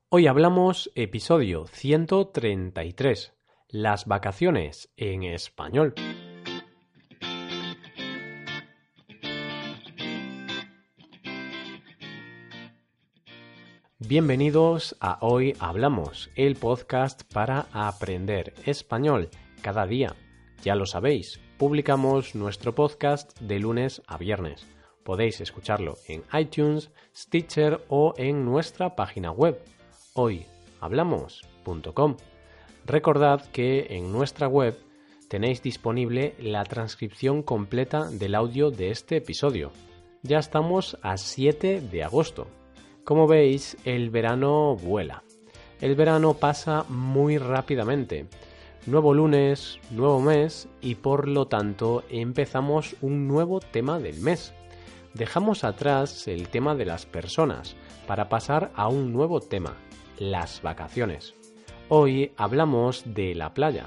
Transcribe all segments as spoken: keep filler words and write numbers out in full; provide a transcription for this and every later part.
Hoy hablamos episodio ciento treinta y tres, las vacaciones en español. Bienvenidos a Hoy Hablamos, el podcast para aprender español cada día. Ya lo sabéis, publicamos nuestro podcast de lunes a viernes. Podéis escucharlo en iTunes, Stitcher o en nuestra página web hoy hablamos punto com. Recordad que en nuestra web tenéis disponible la transcripción completa del audio de este episodio. Ya estamos a siete de agosto. Como veis, el verano vuela. El verano pasa muy rápidamente. Nuevo lunes, nuevo mes y por lo tanto empezamos un nuevo tema del mes. Dejamos atrás el tema de las personas para pasar a un nuevo tema, las vacaciones. Hoy hablamos de la playa.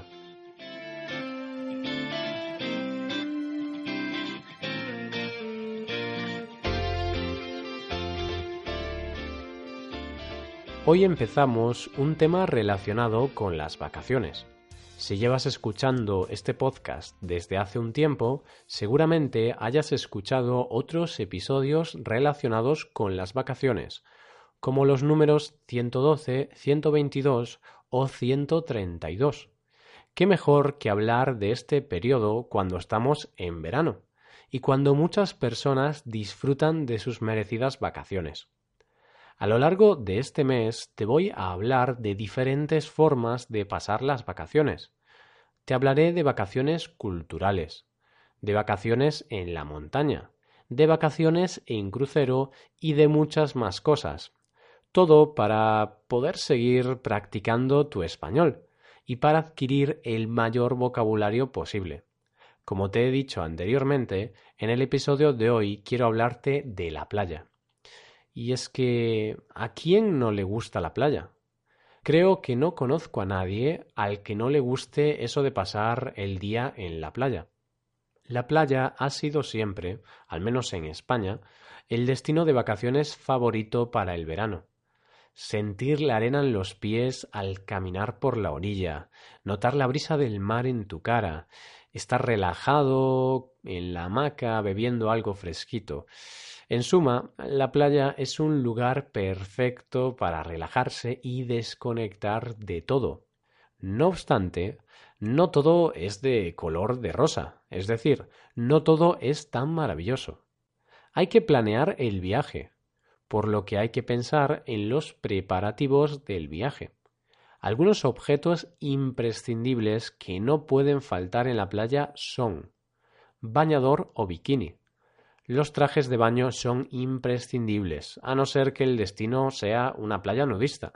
Hoy empezamos un tema relacionado con las vacaciones. Si llevas escuchando este podcast desde hace un tiempo, seguramente hayas escuchado otros episodios relacionados con las vacaciones, como los números ciento doce, ciento veintidós o ciento treinta y dos. ¿Qué mejor que hablar de este periodo cuando estamos en verano y cuando muchas personas disfrutan de sus merecidas vacaciones? A lo largo de este mes te voy a hablar de diferentes formas de pasar las vacaciones. Te hablaré de vacaciones culturales, de vacaciones en la montaña, de vacaciones en crucero y de muchas más cosas. Todo para poder seguir practicando tu español y para adquirir el mayor vocabulario posible. Como te he dicho anteriormente, en el episodio de hoy quiero hablarte de la playa. Y es que, ¿a quién no le gusta la playa? Creo que no conozco a nadie al que no le guste eso de pasar el día en la playa. La playa ha sido siempre, al menos en España, el destino de vacaciones favorito para el verano. Sentir la arena en los pies al caminar por la orilla, notar la brisa del mar en tu cara, estar relajado en la hamaca bebiendo algo fresquito. En suma, la playa es un lugar perfecto para relajarse y desconectar de todo. No obstante, no todo es de color de rosa, es decir, no todo es tan maravilloso. Hay que planear el viaje, por lo que hay que pensar en los preparativos del viaje. Algunos objetos imprescindibles que no pueden faltar en la playa son bañador o bikini. Los trajes de baño son imprescindibles, a no ser que el destino sea una playa nudista.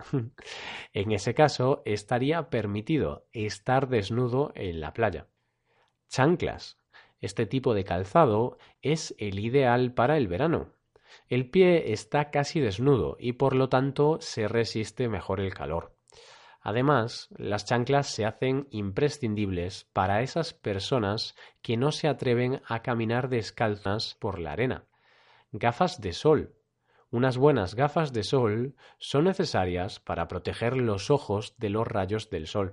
En ese caso, estaría permitido estar desnudo en la playa. Chanclas. Este tipo de calzado es el ideal para el verano. El pie está casi desnudo y por lo tanto se resiste mejor el calor. Además, las chanclas se hacen imprescindibles para esas personas que no se atreven a caminar descalzas por la arena. Gafas de sol. Unas buenas gafas de sol son necesarias para proteger los ojos de los rayos del sol.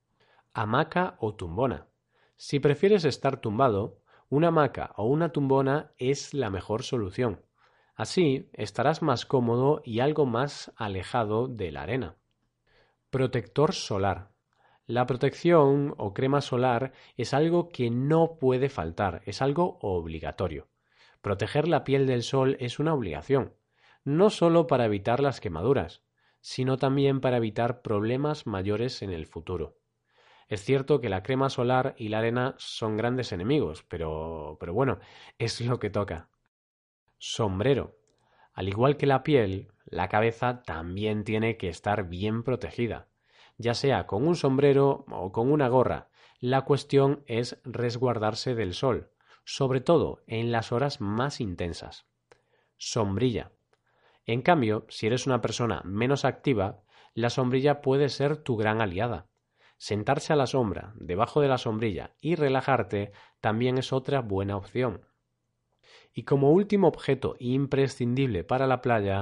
Hamaca o tumbona. Si prefieres estar tumbado, una hamaca o una tumbona es la mejor solución. Así estarás más cómodo y algo más alejado de la arena. Protector solar. La protección o crema solar es algo que no puede faltar, es algo obligatorio. Proteger la piel del sol es una obligación, no solo para evitar las quemaduras, sino también para evitar problemas mayores en el futuro. Es cierto que la crema solar y la arena son grandes enemigos, pero, pero bueno, es lo que toca. Sombrero. Al igual que la piel, la cabeza también tiene que estar bien protegida, ya sea con un sombrero o con una gorra. La cuestión es resguardarse del sol, sobre todo en las horas más intensas. Sombrilla. En cambio, si eres una persona menos activa, la sombrilla puede ser tu gran aliada. Sentarse a la sombra, debajo de la sombrilla y relajarte también es otra buena opción. Y como último objeto imprescindible para la playa,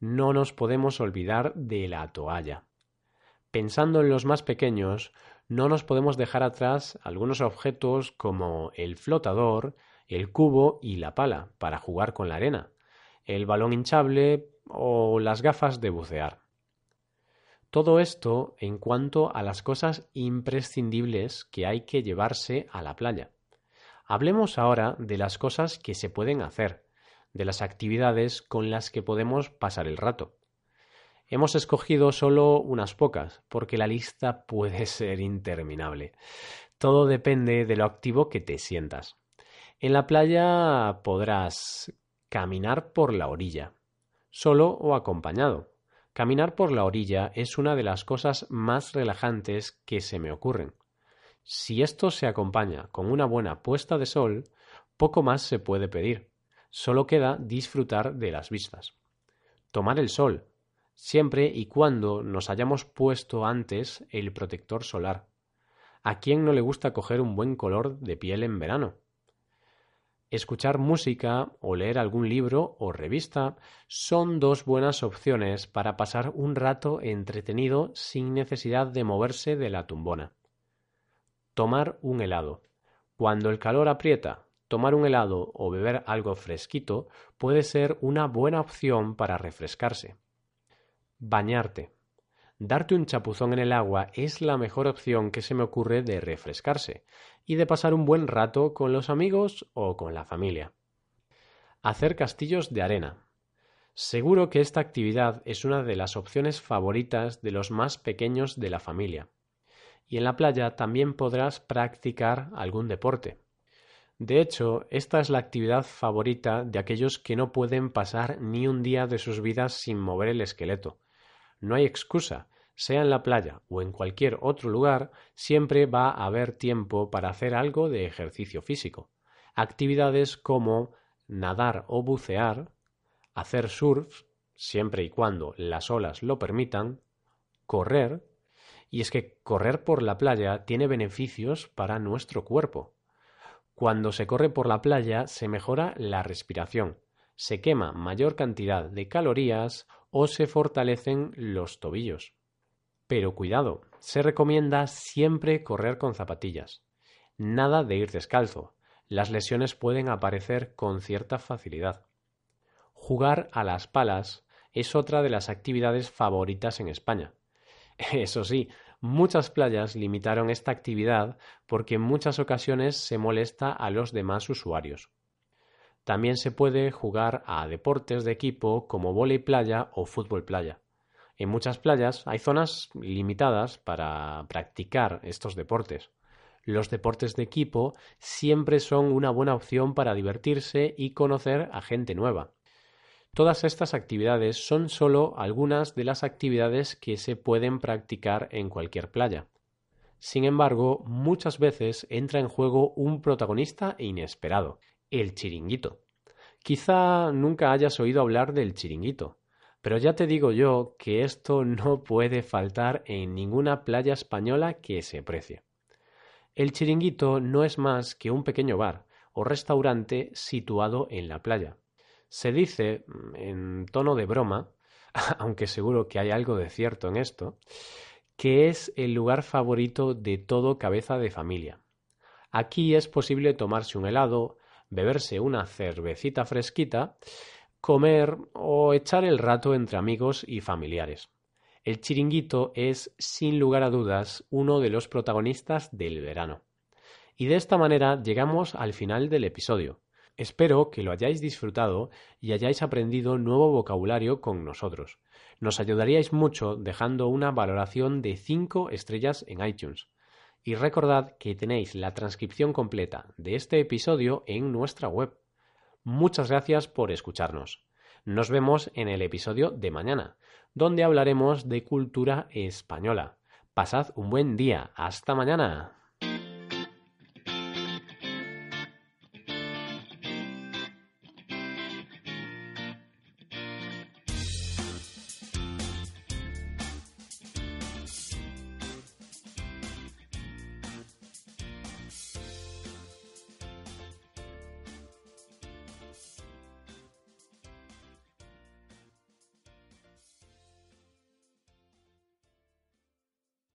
no nos podemos olvidar de la toalla. Pensando en los más pequeños, no nos podemos dejar atrás algunos objetos como el flotador, el cubo y la pala para jugar con la arena, el balón hinchable o las gafas de bucear. Todo esto en cuanto a las cosas imprescindibles que hay que llevarse a la playa. Hablemos ahora de las cosas que se pueden hacer, de las actividades con las que podemos pasar el rato. Hemos escogido solo unas pocas, porque la lista puede ser interminable. Todo depende de lo activo que te sientas. En la playa podrás caminar por la orilla, solo o acompañado. Caminar por la orilla es una de las cosas más relajantes que se me ocurren. Si esto se acompaña con una buena puesta de sol, poco más se puede pedir. Solo queda disfrutar de las vistas. Tomar el sol, siempre y cuando nos hayamos puesto antes el protector solar. ¿A quién no le gusta coger un buen color de piel en verano? Escuchar música o leer algún libro o revista son dos buenas opciones para pasar un rato entretenido sin necesidad de moverse de la tumbona. Tomar un helado. Cuando el calor aprieta, tomar un helado o beber algo fresquito puede ser una buena opción para refrescarse. Bañarte. Darte un chapuzón en el agua es la mejor opción que se me ocurre de refrescarse y de pasar un buen rato con los amigos o con la familia. Hacer castillos de arena. Seguro que esta actividad es una de las opciones favoritas de los más pequeños de la familia. Y en la playa también podrás practicar algún deporte. De hecho, esta es la actividad favorita de aquellos que no pueden pasar ni un día de sus vidas sin mover el esqueleto. No hay excusa, sea en la playa o en cualquier otro lugar, siempre va a haber tiempo para hacer algo de ejercicio físico. Actividades como nadar o bucear, hacer surf, siempre y cuando las olas lo permitan, correr, y es que correr por la playa tiene beneficios para nuestro cuerpo. Cuando se corre por la playa se mejora la respiración, se quema mayor cantidad de calorías o se fortalecen los tobillos. Pero cuidado, se recomienda siempre correr con zapatillas. Nada de ir descalzo. Las lesiones pueden aparecer con cierta facilidad. Jugar a las palas es otra de las actividades favoritas en España. Eso sí, muchas playas limitaron esta actividad porque en muchas ocasiones se molesta a los demás usuarios. También se puede jugar a deportes de equipo como vóley playa o fútbol playa. En muchas playas hay zonas limitadas para practicar estos deportes. Los deportes de equipo siempre son una buena opción para divertirse y conocer a gente nueva. Todas estas actividades son solo algunas de las actividades que se pueden practicar en cualquier playa. Sin embargo, muchas veces entra en juego un protagonista inesperado, el chiringuito. Quizá nunca hayas oído hablar del chiringuito, pero ya te digo yo que esto no puede faltar en ninguna playa española que se precie. El chiringuito no es más que un pequeño bar o restaurante situado en la playa. Se dice, en tono de broma, aunque seguro que hay algo de cierto en esto, que es el lugar favorito de todo cabeza de familia. Aquí es posible tomarse un helado, beberse una cervecita fresquita, comer o echar el rato entre amigos y familiares. El chiringuito es, sin lugar a dudas, uno de los protagonistas del verano. Y de esta manera llegamos al final del episodio. Espero que lo hayáis disfrutado y hayáis aprendido nuevo vocabulario con nosotros. Nos ayudaríais mucho dejando una valoración de cinco estrellas en iTunes. Y recordad que tenéis la transcripción completa de este episodio en nuestra web. Muchas gracias por escucharnos. Nos vemos en el episodio de mañana, donde hablaremos de cultura española. Pasad un buen día. ¡Hasta mañana!